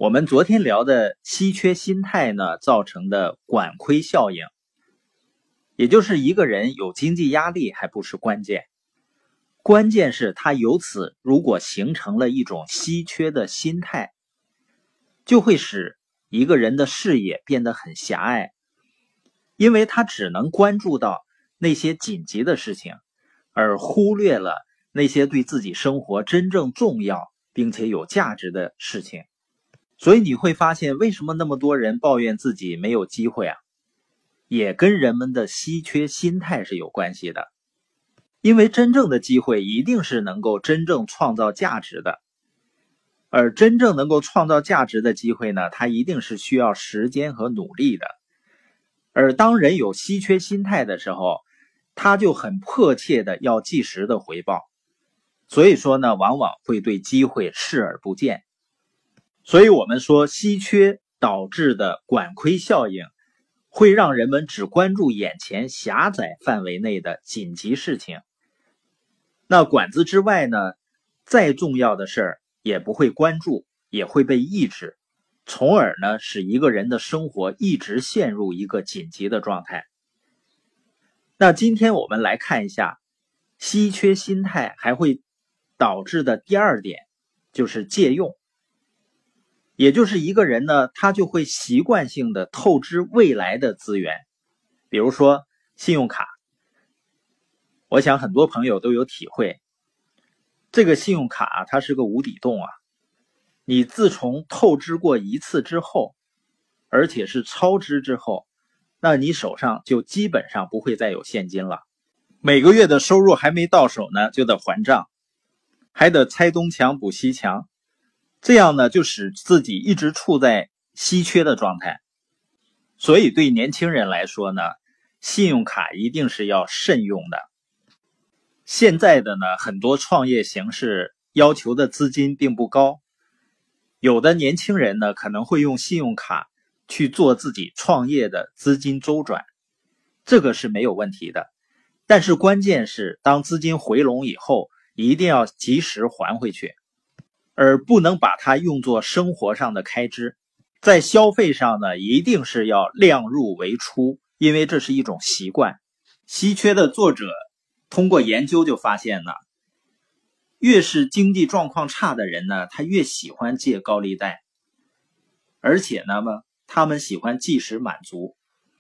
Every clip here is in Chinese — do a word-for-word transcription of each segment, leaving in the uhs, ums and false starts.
我们昨天聊的稀缺心态呢，造成的管亏效应，也就是一个人有经济压力还不是关键，关键是他由此如果形成了一种稀缺的心态，就会使一个人的视野变得很狭隘，因为他只能关注到那些紧急的事情，而忽略了那些对自己生活真正重要并且有价值的事情。所以你会发现，为什么那么多人抱怨自己没有机会啊？也跟人们的稀缺心态是有关系的。因为真正的机会一定是能够真正创造价值的，而真正能够创造价值的机会呢，它一定是需要时间和努力的。而当人有稀缺心态的时候，他就很迫切的要即时的回报，所以说呢，往往会对机会视而不见。所以我们说，稀缺导致的管亏效应会让人们只关注眼前狭窄范围内的紧急事情，那管子之外呢，再重要的事儿也不会关注，也会被抑制，从而呢使一个人的生活一直陷入一个紧急的状态。那今天我们来看一下稀缺心态还会导致的第二点，就是借用。也就是一个人呢，他就会习惯性的透支未来的资源，比如说信用卡。我想很多朋友都有体会，这个信用卡它是个无底洞啊！你自从透支过一次之后，而且是超支之后，那你手上就基本上不会再有现金了。每个月的收入还没到手呢，就得还账，还得拆东墙补西墙。这样呢，就使自己一直处在稀缺的状态。所以对年轻人来说呢，信用卡一定是要慎用的。现在的呢，很多创业形式要求的资金并不高，有的年轻人呢，可能会用信用卡去做自己创业的资金周转，这个是没有问题的。但是关键是，当资金回笼以后，一定要及时还回去，而不能把它用作生活上的开支。在消费上呢，一定是要量入为出，因为这是一种习惯。稀缺的作者通过研究就发现呢，越是经济状况差的人呢，他越喜欢借高利贷，而且呢，他们喜欢即时满足。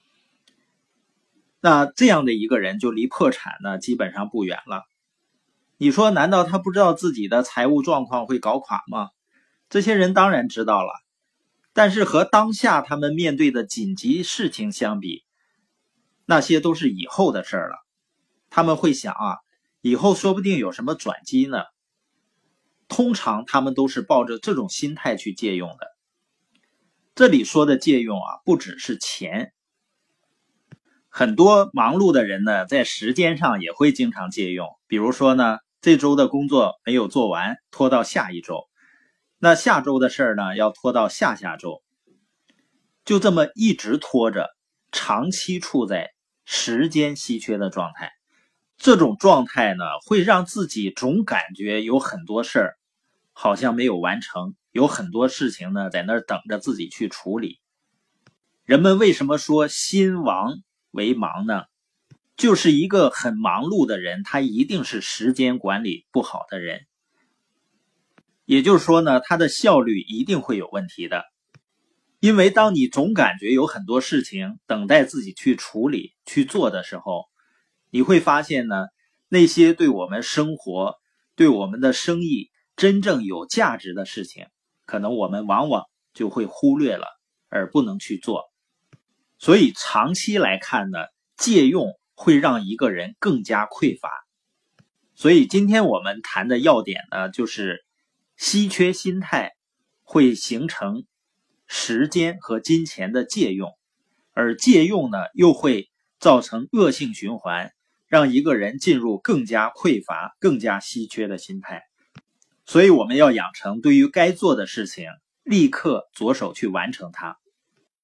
那这样的一个人就离破产呢，基本上不远了。你说难道他不知道自己的财务状况会搞垮吗？这些人当然知道了，但是和当下他们面对的紧急事情相比，那些都是以后的事了。他们会想啊，以后说不定有什么转机呢。通常他们都是抱着这种心态去借用的。这里说的借用啊，不只是钱。很多忙碌的人呢，在时间上也会经常借用。比如说呢，这周的工作没有做完，拖到下一周。那下周的事儿呢，要拖到下下周。就这么一直拖着，长期处在时间稀缺的状态。这种状态呢，会让自己总感觉有很多事儿好像没有完成，有很多事情呢在那儿等着自己去处理。人们为什么说心亡为忙呢？就是一个很忙碌的人，他一定是时间管理不好的人。也就是说呢，他的效率一定会有问题的。因为当你总感觉有很多事情等待自己去处理去做的时候，你会发现呢，那些对我们生活对我们的生意真正有价值的事情，可能我们往往就会忽略了，而不能去做。所以长期来看呢，借用会让一个人更加匮乏。所以今天我们谈的要点呢，就是稀缺心态会形成时间和金钱的借用，而借用呢，又会造成恶性循环，让一个人进入更加匮乏、更加稀缺的心态。所以我们要养成对于该做的事情，立刻着手去完成它。